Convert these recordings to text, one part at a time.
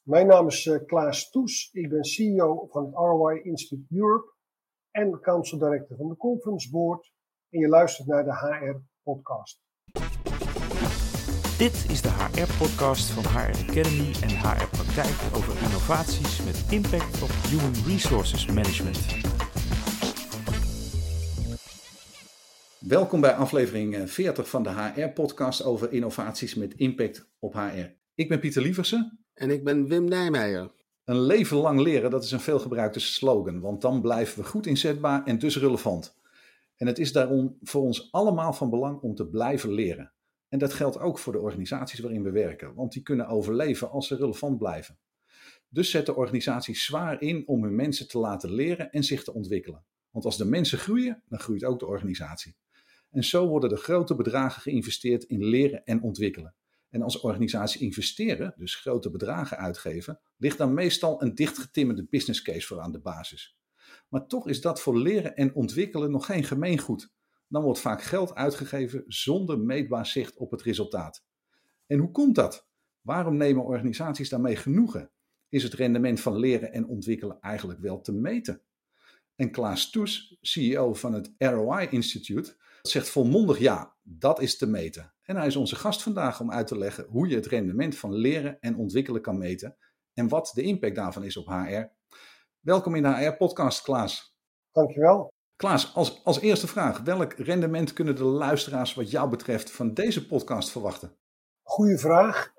Mijn naam is Klaas Toes. Ik ben CEO van het ROI Institute Europe en Council Director van de Conference Board. En je luistert naar de HR-podcast. Dit is de HR-podcast van HR Academy en HR Praktijk over innovaties met impact op Human Resources Management. Welkom bij aflevering 40 van de HR-podcast over innovaties met impact op HR. Ik ben Pieter Lieversen. En ik ben Wim Nijmeijer. Een leven lang leren, dat is een veelgebruikte slogan, want dan blijven we goed inzetbaar en dus relevant. En het is daarom voor ons allemaal van belang om te blijven leren. En dat geldt ook voor de organisaties waarin we werken, want die kunnen overleven als ze relevant blijven. Dus zetten organisaties zwaar in om hun mensen te laten leren en zich te ontwikkelen. Want als de mensen groeien, dan groeit ook de organisatie. En zo worden er grote bedragen geïnvesteerd in leren en ontwikkelen. En als organisaties investeren, dus grote bedragen uitgeven, ligt dan meestal een dichtgetimmerde business case voor aan de basis. Maar toch is dat voor leren en ontwikkelen nog geen gemeengoed. Dan wordt vaak geld uitgegeven zonder meetbaar zicht op het resultaat. En hoe komt dat? Waarom nemen organisaties daarmee genoegen? Is het rendement van leren en ontwikkelen eigenlijk wel te meten? En Klaas Toes, CEO van het ROI Institute, zegt volmondig ja, dat is te meten. En hij is onze gast vandaag om uit te leggen hoe je het rendement van leren en ontwikkelen kan meten en wat de impact daarvan is op HR. Welkom in de HR-podcast, Klaas. Dankjewel. Klaas, als eerste vraag, welk rendement kunnen de luisteraars wat jou betreft van deze podcast verwachten? Goeie vraag.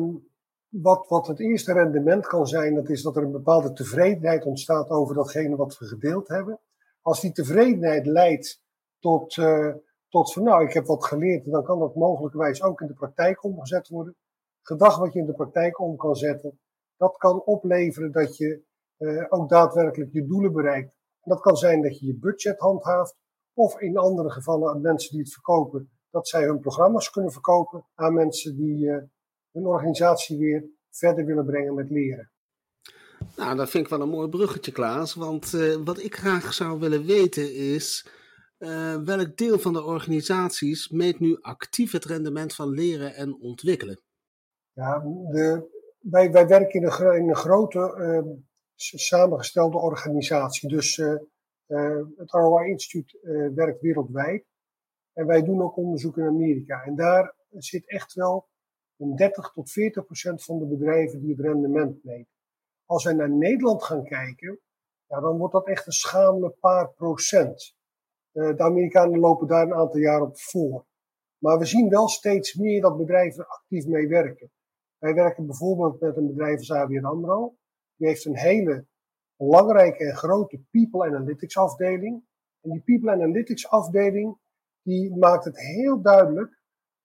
Wat het eerste rendement kan zijn, dat is dat er een bepaalde tevredenheid ontstaat over datgene wat we gedeeld hebben. Als die tevredenheid leidt tot van nou, ik heb wat geleerd, dan kan dat mogelijkerwijs ook in de praktijk omgezet worden. Gedrag wat je in de praktijk om kan zetten, dat kan opleveren dat je ook daadwerkelijk je doelen bereikt. En dat kan zijn dat je je budget handhaaft, of in andere gevallen aan mensen die het verkopen, dat zij hun programma's kunnen verkopen aan mensen die hun organisatie weer verder willen brengen met leren. Nou, dat vind ik wel een mooi bruggetje, Klaas. Want wat ik graag zou willen weten is, welk deel van de organisaties meet nu actief het rendement van leren en ontwikkelen? Ja, wij werken in een grote samengestelde organisatie. Dus het ROI Institute werkt wereldwijd. En wij doen ook onderzoek in Amerika. En daar zit echt wel een 30 tot 40% van de bedrijven die het rendement meten. Als wij naar Nederland gaan kijken, ja, dan wordt dat echt een schamele paar procent. De Amerikanen lopen daar een aantal jaar op voor. Maar we zien wel steeds meer dat bedrijven er actief mee werken. Wij werken bijvoorbeeld met een bedrijf als ABN AMRO. Die heeft een hele belangrijke en grote People Analytics afdeling. En die People Analytics afdeling, die maakt het heel duidelijk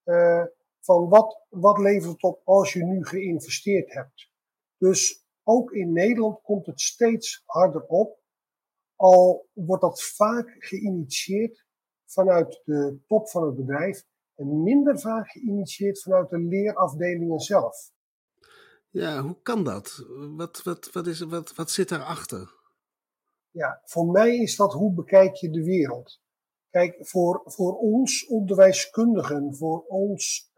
van wat levert het op als je nu geïnvesteerd hebt. Dus ook in Nederland komt het steeds harder op. Al wordt dat vaak geïnitieerd vanuit de top van het bedrijf en minder vaak geïnitieerd vanuit de leerafdelingen zelf. Ja, hoe kan dat? Wat zit daarachter? Ja, voor mij is dat hoe bekijk je de wereld. Kijk, voor ons onderwijskundigen, voor ons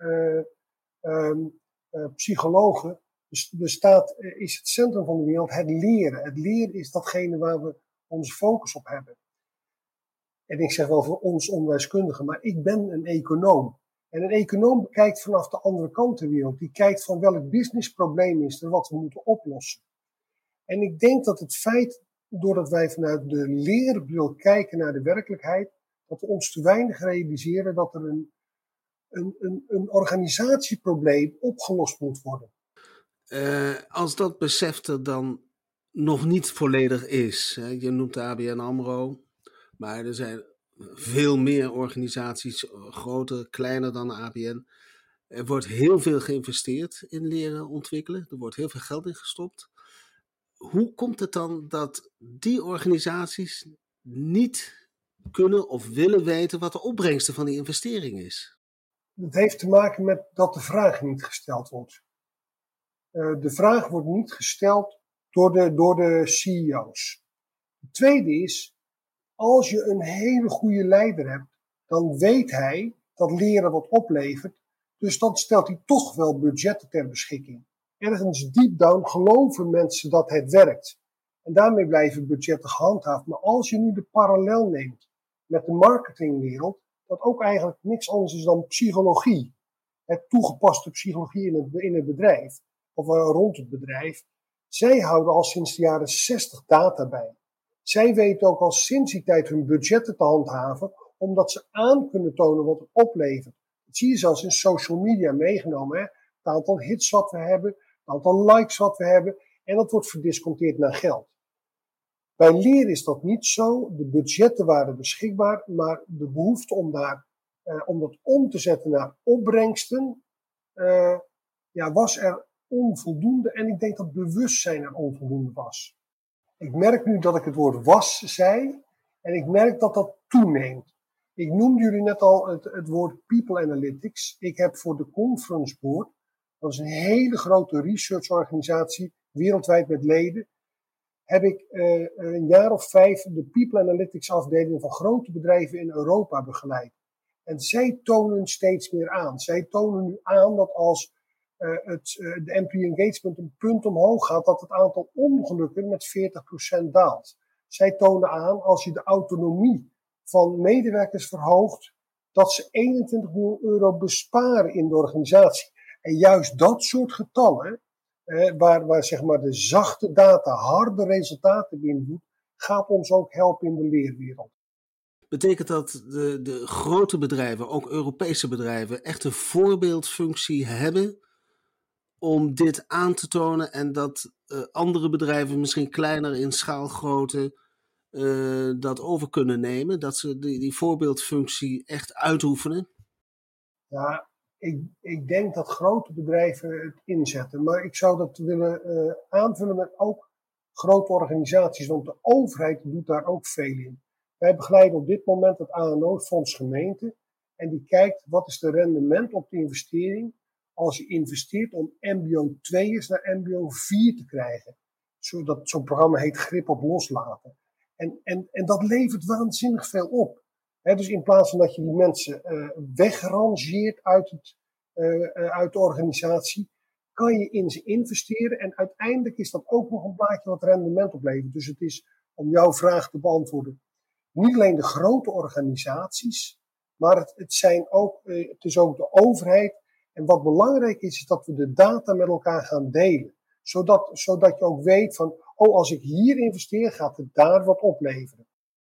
psychologen, is het centrum van de wereld het leren. Het leren is datgene waar we onze focus op hebben. En ik zeg wel voor ons onderwijskundigen, maar ik ben een econoom. En een econoom bekijkt vanaf de andere kant de wereld. Die kijkt van welk businessprobleem is er wat we moeten oplossen. En ik denk dat het feit, doordat wij vanuit de leerbril kijken naar de werkelijkheid, dat we ons te weinig realiseren dat er een organisatieprobleem opgelost moet worden. Als dat besef er dan nog niet volledig is. Hè? Je noemt de ABN AMRO, maar er zijn veel meer organisaties, groter, kleiner dan de ABN. Er wordt heel veel geïnvesteerd in leren ontwikkelen. Er wordt heel veel geld in gestopt. Hoe komt het dan dat die organisaties niet kunnen of willen weten wat de opbrengsten van die investering is? Het heeft te maken met dat de vraag niet gesteld wordt. De vraag wordt niet gesteld door de CEO's. Het tweede is, als je een hele goede leider hebt, dan weet hij dat leren wat oplevert. Dus dan stelt hij toch wel budgetten ter beschikking. ergens deep down geloven mensen dat het werkt. En daarmee blijven budgetten gehandhaafd. Maar als je nu de parallel neemt met de marketingwereld, dat ook eigenlijk niks anders is dan psychologie. Het toegepaste psychologie in het bedrijf, of rond het bedrijf. Zij houden al sinds de jaren 60 data bij. Zij weten ook al sinds die tijd hun budgetten te handhaven, omdat ze aan kunnen tonen wat het oplevert. Dat zie je zelfs in social media meegenomen. Hè? Het aantal hits wat we hebben, het aantal likes wat we hebben. En dat wordt verdisconteerd naar geld. Bij leren is dat niet zo. De budgetten waren beschikbaar, maar de behoefte om dat om te zetten naar opbrengsten, was er onvoldoende. En ik denk dat bewustzijn er onvoldoende was. Ik merk nu dat ik het woord was zei, en ik merk dat dat toeneemt. Ik noemde jullie net al het woord People Analytics. Ik heb voor de Conference Board, dat is een hele grote researchorganisatie, wereldwijd met leden, heb ik een jaar of 5 de People Analytics afdeling van grote bedrijven in Europa begeleid. En zij tonen steeds meer aan. Zij tonen nu aan dat als de employee engagement een punt omhoog gaat, dat het aantal ongelukken met 40% daalt. Zij tonen aan, als je de autonomie van medewerkers verhoogt, dat ze 21 miljoen euro besparen in de organisatie. En juist dat soort getallen, waar zeg maar de zachte data harde resultaten beïnvloedt, gaat ons ook helpen in de leerwereld. Betekent dat de grote bedrijven, ook Europese bedrijven, echt een voorbeeldfunctie hebben om dit aan te tonen en dat andere bedrijven, misschien kleiner in schaalgrootte, dat over kunnen nemen? Dat ze die voorbeeldfunctie echt uitoefenen? Ja, ik denk dat grote bedrijven het inzetten. Maar ik zou dat willen aanvullen met ook grote organisaties. Want de overheid doet daar ook veel in. Wij begeleiden op dit moment het ANO, het Fonds Gemeente. En die kijkt wat is de rendement op de investering als je investeert om MBO 2'ers naar MBO 4 te krijgen. Zo'n programma heet Grip op Loslaten. En dat levert waanzinnig veel op. Dus in plaats van dat je die mensen wegrangeert uit de organisatie, kan je in ze investeren. En uiteindelijk is dat ook nog een blaadje wat rendement oplevert. Dus het is, om jouw vraag te beantwoorden, niet alleen de grote organisaties, maar het is ook de overheid. En wat belangrijk is dat we de data met elkaar gaan delen. Zodat je ook weet van, als ik hier investeer, gaat het daar wat opleveren.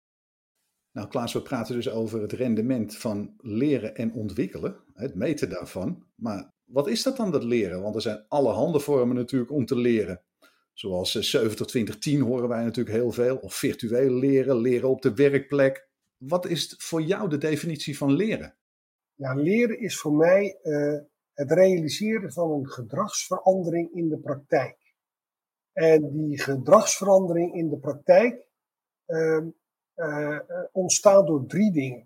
Nou Klaas, we praten dus over het rendement van leren en ontwikkelen, het meten daarvan. Maar wat is dat dan, dat leren? Want er zijn allerhande vormen natuurlijk om te leren. Zoals 70-20-10 horen wij natuurlijk heel veel. Of virtueel leren, leren op de werkplek. Wat is voor jou de definitie van leren? Ja, leren is voor mij het realiseren van een gedragsverandering in de praktijk. En die gedragsverandering in de praktijk ontstaat door 3 dingen.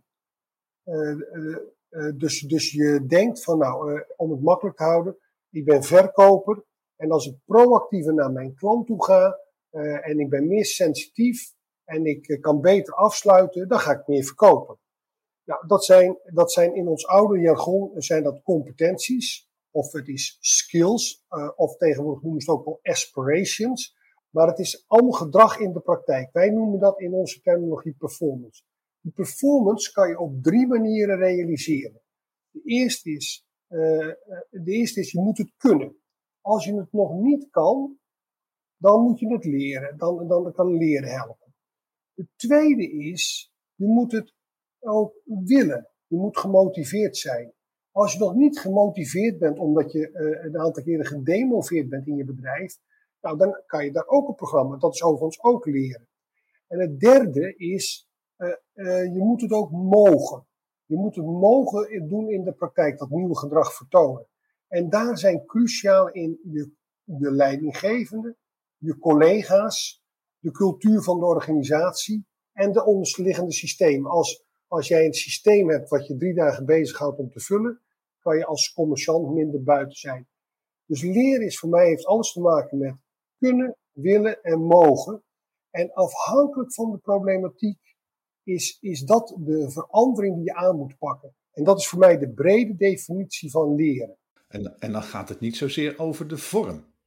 Dus je denkt van om het makkelijk te houden, ik ben verkoper. En als ik proactiever naar mijn klant toe ga en ik ben meer sensitief en ik kan beter afsluiten, dan ga ik meer verkopen. Nou, dat zijn in ons oude jargon zijn dat competenties, of het is skills, of tegenwoordig noemen ze het ook wel aspirations. Maar het is allemaal gedrag in de praktijk. Wij noemen dat in onze terminologie performance. Die performance kan je op 3 manieren realiseren. De eerste is, je moet het kunnen. Als je het nog niet kan, dan moet je het leren. Dan kan leren helpen. De tweede is, je moet het ook willen. Je moet gemotiveerd zijn. Als je nog niet gemotiveerd bent omdat je een aantal keren gedemoveerd bent in je bedrijf, nou, dan kan je daar ook een programma. Dat is overigens ook leren. En het derde is, je moet het ook mogen. Je moet het mogen doen in de praktijk, dat nieuwe gedrag vertonen. En daar zijn cruciaal in de leidinggevende, je collega's, de cultuur van de organisatie en de onderliggende systemen. Als jij een systeem hebt wat je 3 dagen bezighoudt om te vullen, kan je als commerciant minder buiten zijn. Dus leren is voor mij, heeft alles te maken met kunnen, willen en mogen. En afhankelijk van de problematiek is dat de verandering die je aan moet pakken. En dat is voor mij de brede definitie van leren. En dan gaat het niet zozeer over de vorm.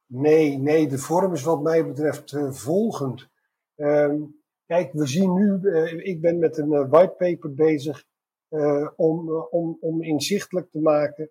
Nee, de vorm is wat mij betreft volgend. Kijk, we zien nu, ik ben met een whitepaper bezig om inzichtelijk te maken,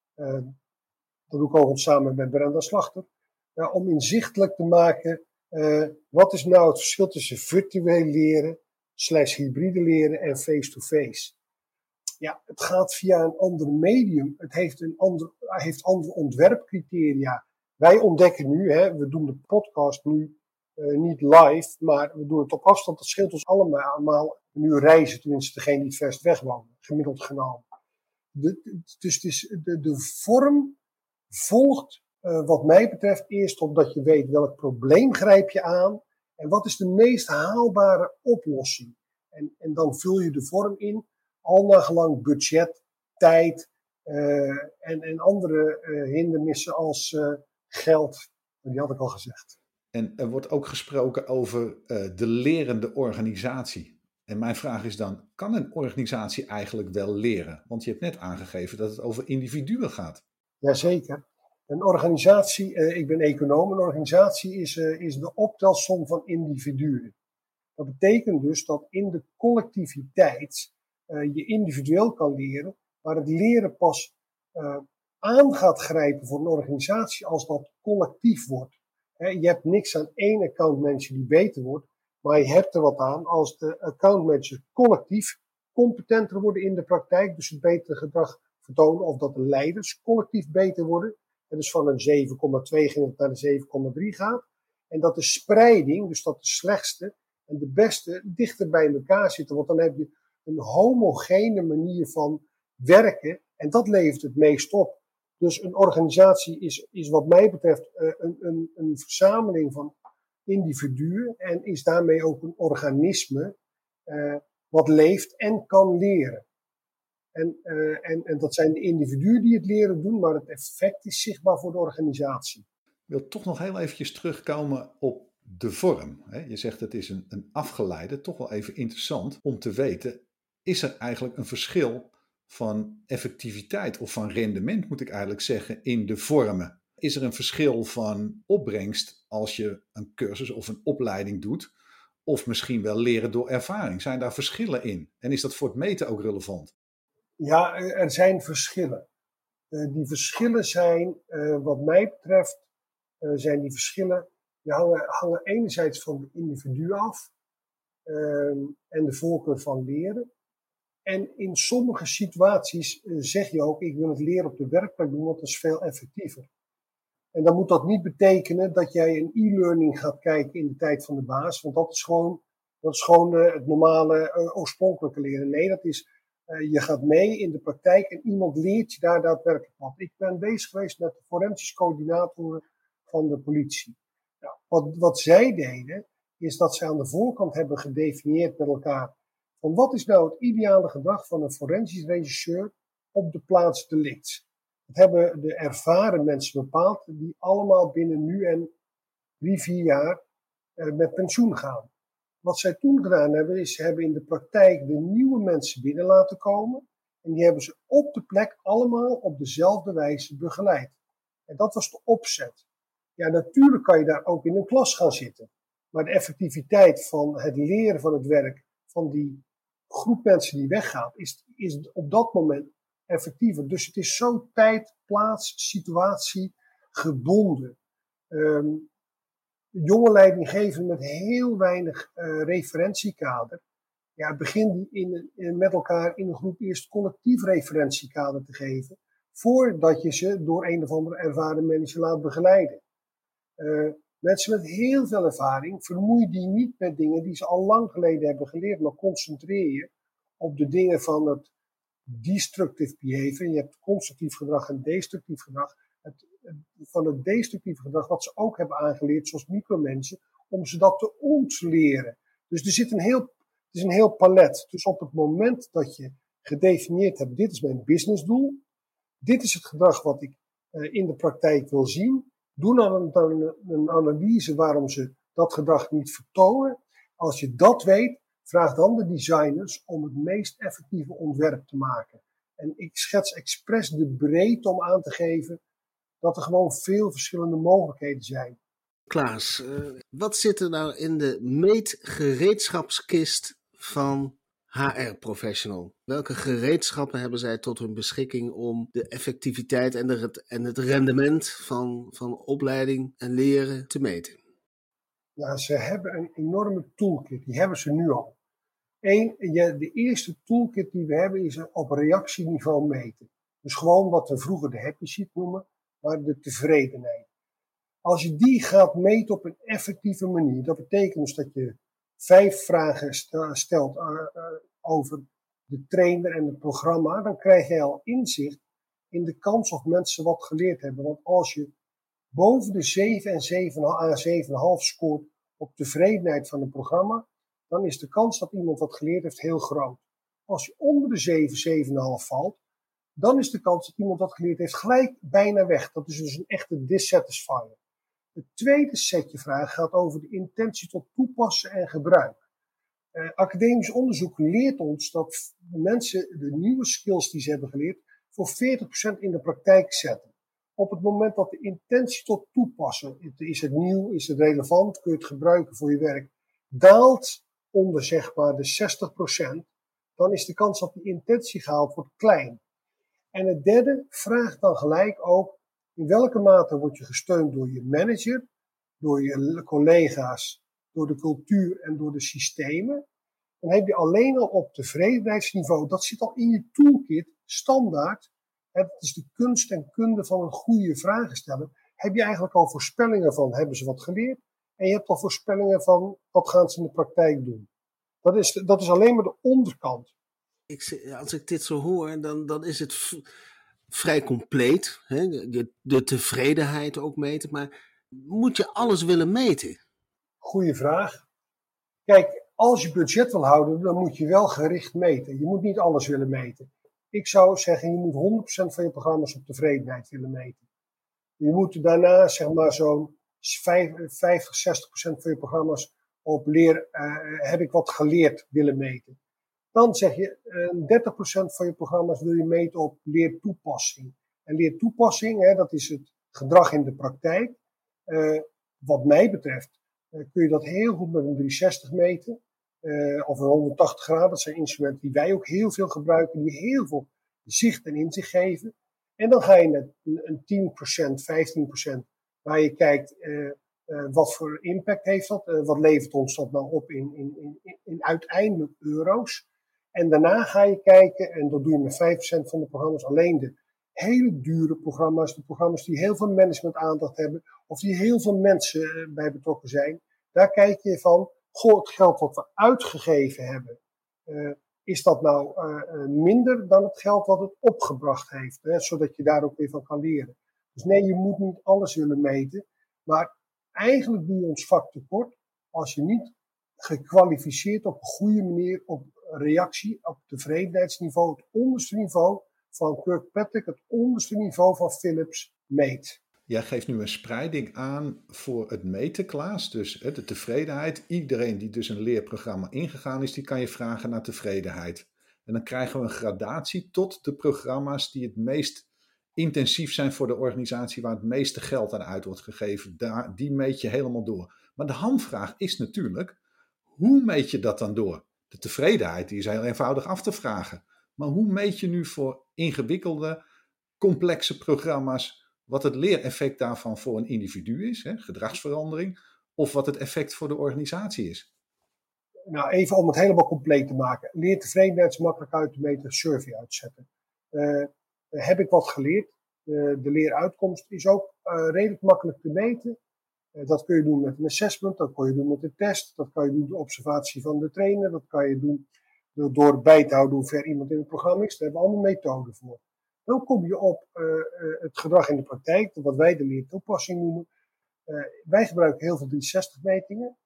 dat doe ik overigens samen met Brenda Slachter, om inzichtelijk te maken wat is nou het verschil tussen virtueel leren / hybride leren en face-to-face. Ja, het gaat via een ander medium. Het heeft andere ontwerpcriteria. Wij ontdekken nu, we doen de podcast nu niet live, maar we doen het op afstand. Dat scheelt ons allemaal nu reizen, tenminste degene die het verst weg wonen, gemiddeld genomen. Dus het is de vorm volgt wat mij betreft eerst op dat je weet welk probleem grijp je aan en wat is de meest haalbare oplossing. En dan vul je de vorm in, al naar gelang budget, tijd en andere hindernissen als geld. Die had ik al gezegd. En er wordt ook gesproken over de lerende organisatie. En mijn vraag is dan, kan een organisatie eigenlijk wel leren? Want je hebt net aangegeven dat het over individuen gaat. Jazeker. Een organisatie, ik ben econoom, een organisatie is de optelsom van individuen. Dat betekent dus dat in de collectiviteit je individueel kan leren, maar het leren pas aan gaat grijpen voor een organisatie als dat collectief wordt. Je hebt niks aan één accountmanager die beter wordt, maar je hebt er wat aan als de accountmanagers collectief competenter worden in de praktijk, dus het betere gedrag vertonen, of dat de leiders collectief beter worden, en dus van een 7,2 naar de 7,3 gaat, en dat de spreiding, dus dat de slechtste en de beste dichter bij elkaar zitten, want dan heb je een homogene manier van werken en dat levert het meest op. Dus een organisatie is wat mij betreft een verzameling van individuen en is daarmee ook een organisme wat leeft en kan leren. En dat zijn de individuen die het leren doen, maar het effect is zichtbaar voor de organisatie. Ik wil toch nog heel eventjes terugkomen op de vorm. Je zegt het is een afgeleide, toch wel even interessant om te weten, is er eigenlijk een verschil van effectiviteit of van rendement, moet ik eigenlijk zeggen, in de vormen? Is er een verschil van opbrengst als je een cursus of een opleiding doet? Of misschien wel leren door ervaring? Zijn daar verschillen in? En is dat voor het meten ook relevant? Ja, er zijn verschillen. Die verschillen zijn, wat mij betreft, zijn die verschillen, die hangen enerzijds van de individu af en de voorkeur van leren. En in sommige situaties zeg je ook, ik wil het leren op de werkplek doen, want dat is veel effectiever. En dan moet dat niet betekenen dat jij een e-learning gaat kijken in de tijd van de baas, want dat is gewoon het normale oorspronkelijke leren. Nee, dat is, je gaat mee in de praktijk en iemand leert je daar daadwerkelijk wat. Ik ben bezig geweest met de forensisch coördinatoren van de politie. Nou, wat zij deden, is dat zij aan de voorkant hebben gedefinieerd met elkaar van wat is nou het ideale gedrag van een forensisch regisseur op de plaats delict. Dat hebben de ervaren mensen bepaald die allemaal binnen nu en 3-4 jaar met pensioen gaan. Wat zij toen gedaan hebben, is ze hebben in de praktijk de nieuwe mensen binnen laten komen. En die hebben ze op de plek allemaal op dezelfde wijze begeleid. En dat was de opzet. Ja, natuurlijk kan je daar ook in een klas gaan zitten. Maar de effectiviteit van het leren van het werk van die groep mensen die weggaat, is op dat moment effectiever. Dus het is zo tijd, plaats, situatie gebonden. Jonge leidinggevenden met heel weinig referentiekader. Ja, begin die met elkaar in een groep eerst collectief referentiekader te geven, voordat je ze door een of andere ervaren manager laat begeleiden. Mensen met heel veel ervaring, vermoei die niet met dingen die ze al lang geleden hebben geleerd, maar concentreer je op de dingen van het destructive behavior. Je hebt constructief gedrag en destructief gedrag. Van het destructieve gedrag wat ze ook hebben aangeleerd, zoals micromensen, om ze dat te ontleren. Dus er zit het is een heel palet. Dus op het moment dat je gedefinieerd hebt, dit is mijn businessdoel, dit is het gedrag wat ik in de praktijk wil zien, doe dan een analyse waarom ze dat gedrag niet vertonen. Als je dat weet, vraag dan de designers om het meest effectieve ontwerp te maken. En ik schets expres de breedte om aan te geven dat er gewoon veel verschillende mogelijkheden zijn. Klaas, wat zit er nou in de meetgereedschapskist van HR-professional? Welke gereedschappen hebben zij tot hun beschikking om de effectiviteit en het rendement van opleiding en leren te meten? Nou, ze hebben een enorme toolkit, die hebben ze nu al. De eerste toolkit die we hebben is op reactieniveau meten. Dus gewoon wat we vroeger de happy sheet noemen, maar de tevredenheid. Als je die gaat meten op een effectieve manier, dat betekent dus dat je 5 vragen stelt over de trainer en het programma, dan krijg je al inzicht in de kans of mensen wat geleerd hebben. Want als je boven de 7 en 7,5 scoort op tevredenheid van het programma, dan is de kans dat iemand wat geleerd heeft heel groot. Als je onder de 7, 7,5 valt, dan is de kans dat iemand wat geleerd heeft gelijk bijna weg. Dat is dus een echte dissatisfier. Het tweede setje vragen gaat over de intentie tot toepassen en gebruik. Academisch onderzoek leert ons dat mensen de nieuwe skills die ze hebben geleerd voor 40% in de praktijk zetten. Op het moment dat de intentie tot toepassen, is het nieuw, is het relevant, kun je het gebruiken voor je werk, daalt onder zeg maar de 60%, dan is de kans dat die intentie gehaald wordt klein. En het derde vraagt dan gelijk ook, in welke mate word je gesteund door je manager, door je collega's, door de cultuur en door de systemen. Dan heb je alleen al op tevredenheidsniveau, dat zit al in je toolkit, standaard. Het is de kunst en kunde van een goede vragen stellen. Heb je eigenlijk al voorspellingen van, hebben ze wat geleerd? En je hebt al voorspellingen van, wat gaan ze in de praktijk doen? Dat is alleen maar de onderkant. Als ik dit zo hoor, dan is het vrij compleet. Hè? De tevredenheid ook meten. Maar moet je alles willen meten? Goeie vraag. Kijk, als je budget wil houden, dan moet je wel gericht meten. Je moet niet alles willen meten. Ik zou zeggen, je moet 100% van je programma's op tevredenheid willen meten. Je moet daarna zeg maar zo'n 50-60% van je programma's op heb ik wat geleerd willen meten. Dan zeg je 30% van je programma's wil je meten op leertoepassing. En leertoepassing, dat is het gedrag in de praktijk. Wat mij betreft kun je dat heel goed met een 360 meten. Of een 180 graden. Dat zijn instrumenten die wij ook heel veel gebruiken. Die heel veel zicht en inzicht geven. En dan ga je naar een 10%, 15%. Waar je kijkt wat voor impact heeft dat. Wat levert ons dat nou op in uiteindelijk euro's. En daarna ga je kijken, en dat doe je met 5% van de programma's, alleen de hele dure programma's, de programma's die heel veel management aandacht hebben, of die heel veel mensen bij betrokken zijn. Daar kijk je van, het geld wat we uitgegeven hebben, is dat nou minder dan het geld wat het opgebracht heeft, zodat je daar ook weer van kan leren. Dus nee, je moet niet alles willen meten, maar eigenlijk doe je ons vak tekort als je niet gekwalificeerd op een goede manier op reactie, op tevredenheidsniveau, het onderste niveau van Kirkpatrick, het onderste niveau van Philips meet. Jij geeft nu een spreiding aan voor het meten, Klaas. Dus de tevredenheid. Iedereen die dus een leerprogramma ingegaan is, die kan je vragen naar tevredenheid. En dan krijgen we een gradatie tot de programma's die het meest intensief zijn voor de organisatie, waar het meeste geld aan uit wordt gegeven. Die meet je helemaal door. Maar de hamvraag is natuurlijk, hoe meet je dat dan door? De tevredenheid die is heel eenvoudig af te vragen. Maar hoe meet je nu voor ingewikkelde, complexe programma's wat het leereffect daarvan voor een individu is, gedragsverandering, of wat het effect voor de organisatie is? Nou, even om het helemaal compleet te maken. Leertevredenheid is makkelijk uit te meten, survey uitzetten. Heb ik wat geleerd? De leeruitkomst is ook redelijk makkelijk te meten. Dat kun je doen met een assessment, dat kun je doen met een test, dat kan je doen door observatie van de trainer, dat kan je doen door bij te houden hoe ver iemand in het programma is. Daar hebben we allemaal methoden voor. Dan kom je op het gedrag in de praktijk, wat wij de leertoepassing noemen. Wij gebruiken heel veel 360 metingen,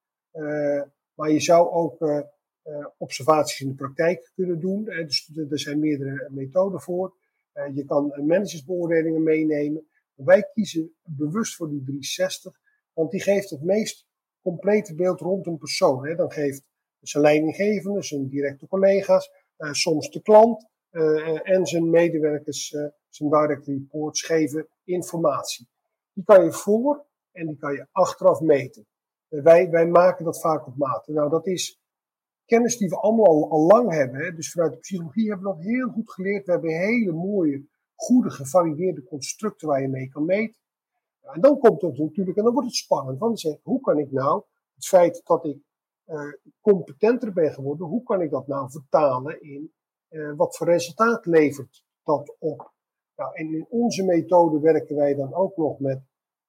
maar je zou ook observaties in de praktijk kunnen doen. Dus er zijn meerdere methoden voor. Je kan managersbeoordelingen meenemen. Wij kiezen bewust voor die 360, want die geeft het meest complete beeld rond een persoon. Dan geeft zijn leidinggevende, zijn directe collega's, soms de klant en zijn medewerkers zijn direct reports geven informatie. Die kan je voor en die kan je achteraf meten. Wij maken dat vaak op maat. Nou, dat is kennis die we allemaal al lang hebben. Hè. Dus vanuit de psychologie hebben we dat heel goed geleerd. We hebben hele mooie, goede, gevalideerde constructen waar je mee kan meten. Ja, en dan komt het natuurlijk, en dan wordt het spannend. Want dan zeg ik, hoe kan ik nou het feit dat ik competenter ben geworden, hoe kan ik dat nou vertalen in wat voor resultaat levert dat op? Nou, en in onze methode werken wij dan ook nog met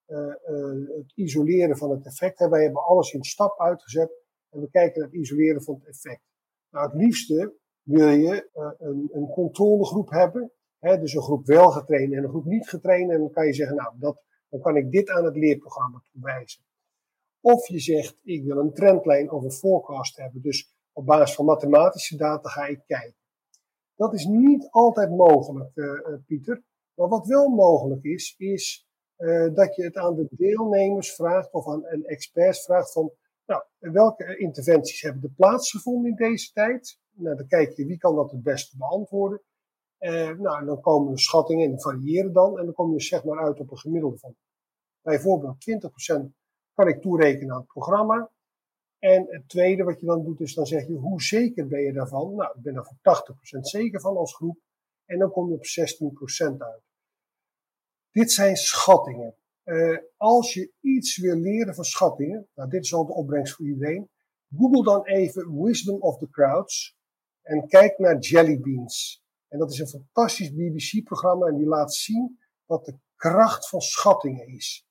het isoleren van het effect. Wij hebben alles in stap uitgezet en we kijken naar het isoleren van het effect. Nou, het liefste wil je een controlegroep hebben, dus een groep wel getraind en een groep niet getraind. En dan kan je zeggen, nou, dan kan ik dit aan het leerprogramma toewijzen. Of je zegt, ik wil een trendlijn of een forecast hebben. Dus op basis van mathematische data ga ik kijken. Dat is niet altijd mogelijk, Pieter. Maar wat wel mogelijk is dat je het aan de deelnemers vraagt of aan experts vraagt van, nou, welke interventies hebben er plaatsgevonden in deze tijd? Nou, dan kijk je wie kan dat het beste beantwoorden. Nou, dan komen de schattingen en die variëren dan. En dan kom je zeg maar uit op een gemiddelde van bijvoorbeeld 20% kan ik toerekenen aan het programma. En het tweede wat je dan doet is dan zeg je, hoe zeker ben je daarvan? Nou, ik ben er voor 80% zeker van als groep. En dan kom je op 16% uit. Dit zijn schattingen. Als je iets wil leren van schattingen, nou dit is al de opbrengst voor iedereen. Google dan even Wisdom of the Crowds en kijk naar Jelly Beans. En dat is een fantastisch BBC-programma en die laat zien wat de kracht van schattingen is.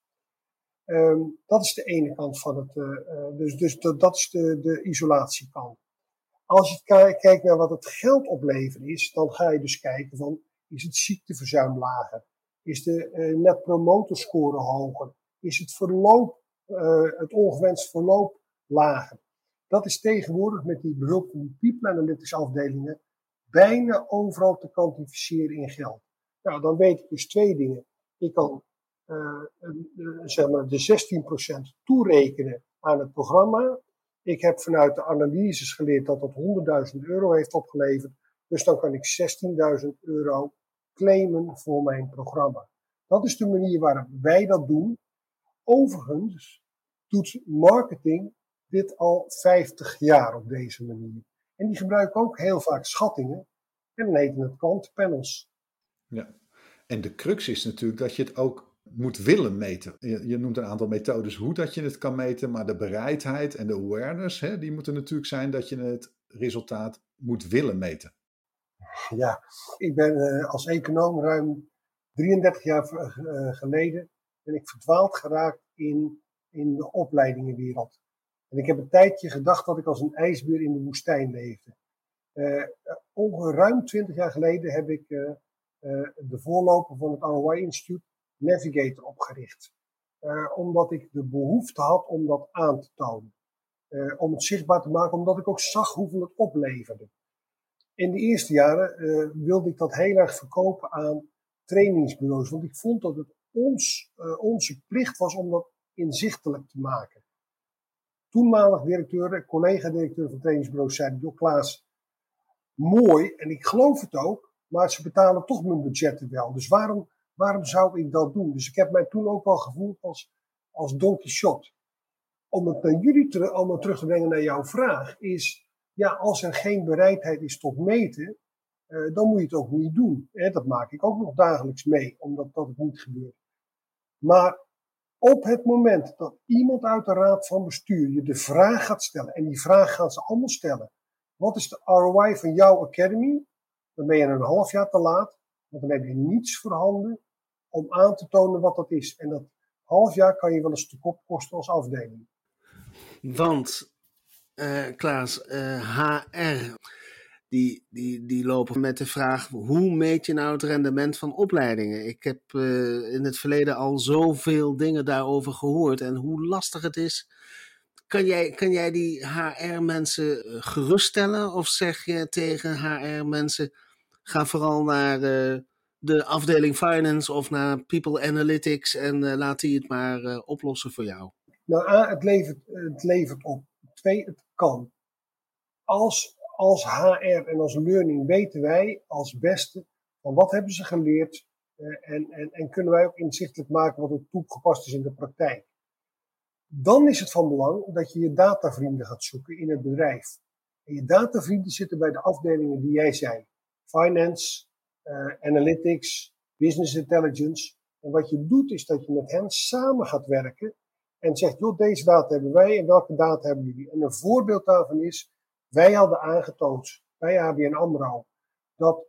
Dat is de ene kant van het, dus dat is de isolatiekant. Als je kijkt naar wat het geld opleveren is, dan ga je dus kijken van, is het ziekteverzuim lager? Is de net promoter score hoger? Is het verloop, het ongewenst verloop lager? Dat is tegenwoordig met die behulp van die People Analytics afdelingen bijna overal te kwantificeren in geld. Nou, dan weet ik dus twee dingen. Ik kan zeg maar de 16% toerekenen aan het programma. Ik heb vanuit de analyses geleerd dat dat €100.000 heeft opgeleverd. Dus dan kan ik €16.000 claimen voor mijn programma. Dat is de manier waarop wij dat doen. Overigens doet marketing dit al 50 jaar op deze manier. En die gebruiken ook heel vaak schattingen. En dan heten het kwantumpanels. Ja, en de crux is natuurlijk dat je het ook moet willen meten. Je noemt een aantal methodes hoe dat je het kan meten, maar de bereidheid en de awareness, die moeten natuurlijk zijn dat je het resultaat moet willen meten. Ja, ik ben als econoom ruim 33 jaar geleden ben ik verdwaald geraakt in de opleidingenwereld. En ik heb een tijdje gedacht dat ik als een ijsbeer in de woestijn leefde. Ruim 20 jaar geleden heb ik de voorloper van het ROI Instituut Navigator opgericht. Omdat ik de behoefte had om dat aan te tonen. Om het zichtbaar te maken, omdat ik ook zag hoeveel het opleverde. In de eerste jaren wilde ik dat heel erg verkopen aan trainingsbureaus. Want ik vond dat het onze plicht was om dat inzichtelijk te maken. Toenmalig directeur, collega-directeur van trainingsbureaus zei, joh Klaas, mooi, en ik geloof het ook, maar ze betalen toch mijn budgetten wel. Dus waarom zou ik dat doen? Dus ik heb mij toen ook wel gevoeld als Don Quixote. Om het naar jullie allemaal terug te brengen naar jouw vraag, is, ja, als er geen bereidheid is tot meten, dan moet je het ook niet doen. Dat maak ik ook nog dagelijks mee, omdat het niet gebeurt. Maar op het moment dat iemand uit de raad van bestuur je de vraag gaat stellen, en die vraag gaan ze allemaal stellen, wat is de ROI van jouw academy? Dan ben je een half jaar te laat, want dan heb je niets voorhanden om aan te tonen wat dat is. En dat half jaar kan je wel eens te kop kosten als afdeling. Want, Klaas, HR, die lopen met de vraag, hoe meet je nou het rendement van opleidingen? Ik heb in het verleden al zoveel dingen daarover gehoord en hoe lastig het is. Kan jij die HR-mensen geruststellen? Of zeg je tegen HR-mensen, ga vooral naar de afdeling Finance of naar People Analytics en laat die het maar oplossen voor jou? Nou, het levert op. 2, het kan. Als HR en als learning weten wij als beste van wat hebben ze geleerd, En kunnen wij ook inzichtelijk maken wat er toegepast is in de praktijk. Dan is het van belang dat je je datavrienden gaat zoeken in het bedrijf. En je datavrienden zitten bij de afdelingen die jij zei. Finance, analytics, business intelligence. En wat je doet is dat je met hen samen gaat werken en zegt, joh, deze data hebben wij en welke data hebben jullie? En een voorbeeld daarvan is, wij hadden aangetoond bij ABN AMRO dat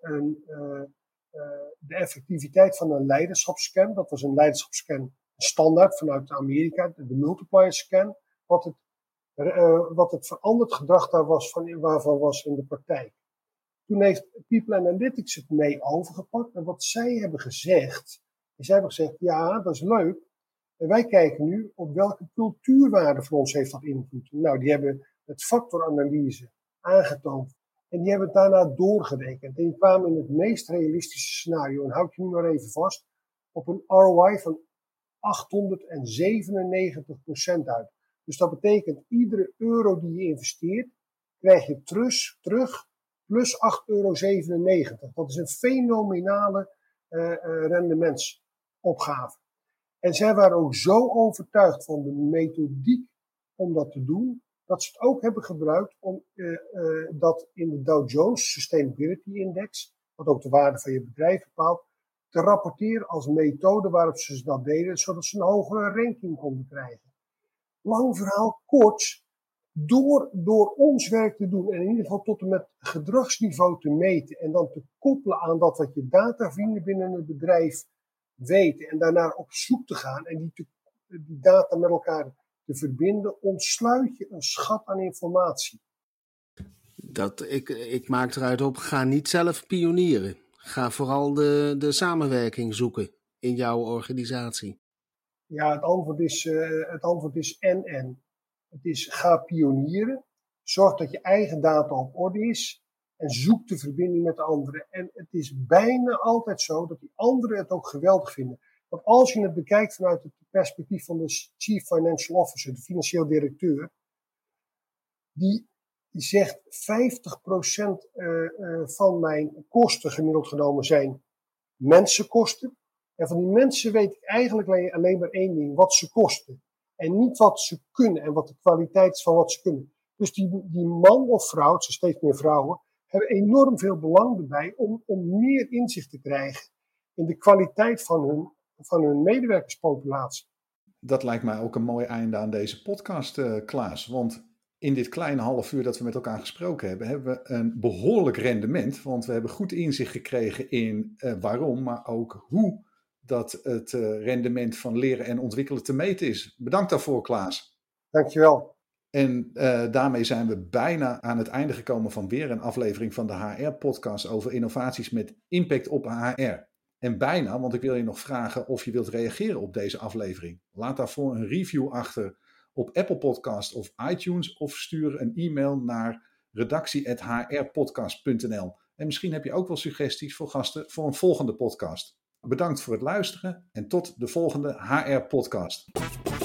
de effectivithet van een leiderschapsscan, dat was een leiderschapsscan standaard vanuit Amerika, de multiplier scan, wat het veranderd gedrag daar was waarvan was in de praktijk. Toen heeft People Analytics het mee overgepakt en wat zij hebben gezegd, ja, dat is leuk. En wij kijken nu op welke cultuurwaarde voor ons heeft dat invloed. Nou, die hebben het factoranalyse aangetoond. En die hebben het daarna doorgerekend. En die kwamen in het meest realistische scenario, en houd je nu maar even vast, op een ROI van 897% uit. Dus dat betekent, iedere euro die je investeert, krijg je terug plus €8,97. Dat is een fenomenale rendementsopgave. En zij waren ook zo overtuigd van de methodiek om dat te doen, dat ze het ook hebben gebruikt om dat in de Dow Jones Sustainability Index, wat ook de waarde van je bedrijf bepaalt, te rapporteren als methode waarop ze dat deden, zodat ze een hogere ranking konden krijgen. Lang verhaal kort, door ons werk te doen en in ieder geval tot en met gedragsniveau te meten en dan te koppelen aan dat wat je datavrienden binnen het bedrijf weten en daarna op zoek te gaan en die data met elkaar te verbinden, ontsluit je een schat aan informatie. Ik maak eruit op, ga niet zelf pionieren. Ga vooral de samenwerking zoeken in jouw organisatie. Ja, het antwoord is en. Het is ga pionieren, zorg dat je eigen data op orde is en zoek de verbinding met de anderen. En het is bijna altijd zo dat die anderen het ook geweldig vinden. Want als je het bekijkt vanuit het perspectief van de Chief Financial Officer, de financieel directeur, die zegt 50% van mijn kosten gemiddeld genomen zijn mensenkosten. En van die mensen weet ik eigenlijk alleen maar één ding, wat ze kosten. En niet wat ze kunnen en wat de kwaliteit is van wat ze kunnen. Dus die man of vrouw, het zijn steeds meer vrouwen, hebben enorm veel belang erbij om meer inzicht te krijgen in de kwaliteit van hun medewerkerspopulatie. Dat lijkt mij ook een mooi einde aan deze podcast, Klaas. Want in dit kleine half uur dat we met elkaar gesproken hebben we een behoorlijk rendement. Want we hebben goed inzicht gekregen in waarom, maar ook hoe dat het rendement van leren en ontwikkelen te meten is. Bedankt daarvoor, Klaas. Dankjewel. En daarmee zijn we bijna aan het einde gekomen van weer een aflevering van de HR-podcast over innovaties met impact op HR. En bijna, want ik wil je nog vragen of je wilt reageren op deze aflevering. Laat daarvoor een review achter op Apple Podcast of iTunes of stuur een e-mail naar redactie@hrpodcast.nl. En misschien heb je ook wel suggesties voor gasten voor een volgende podcast. Bedankt voor het luisteren en tot de volgende HR-podcast.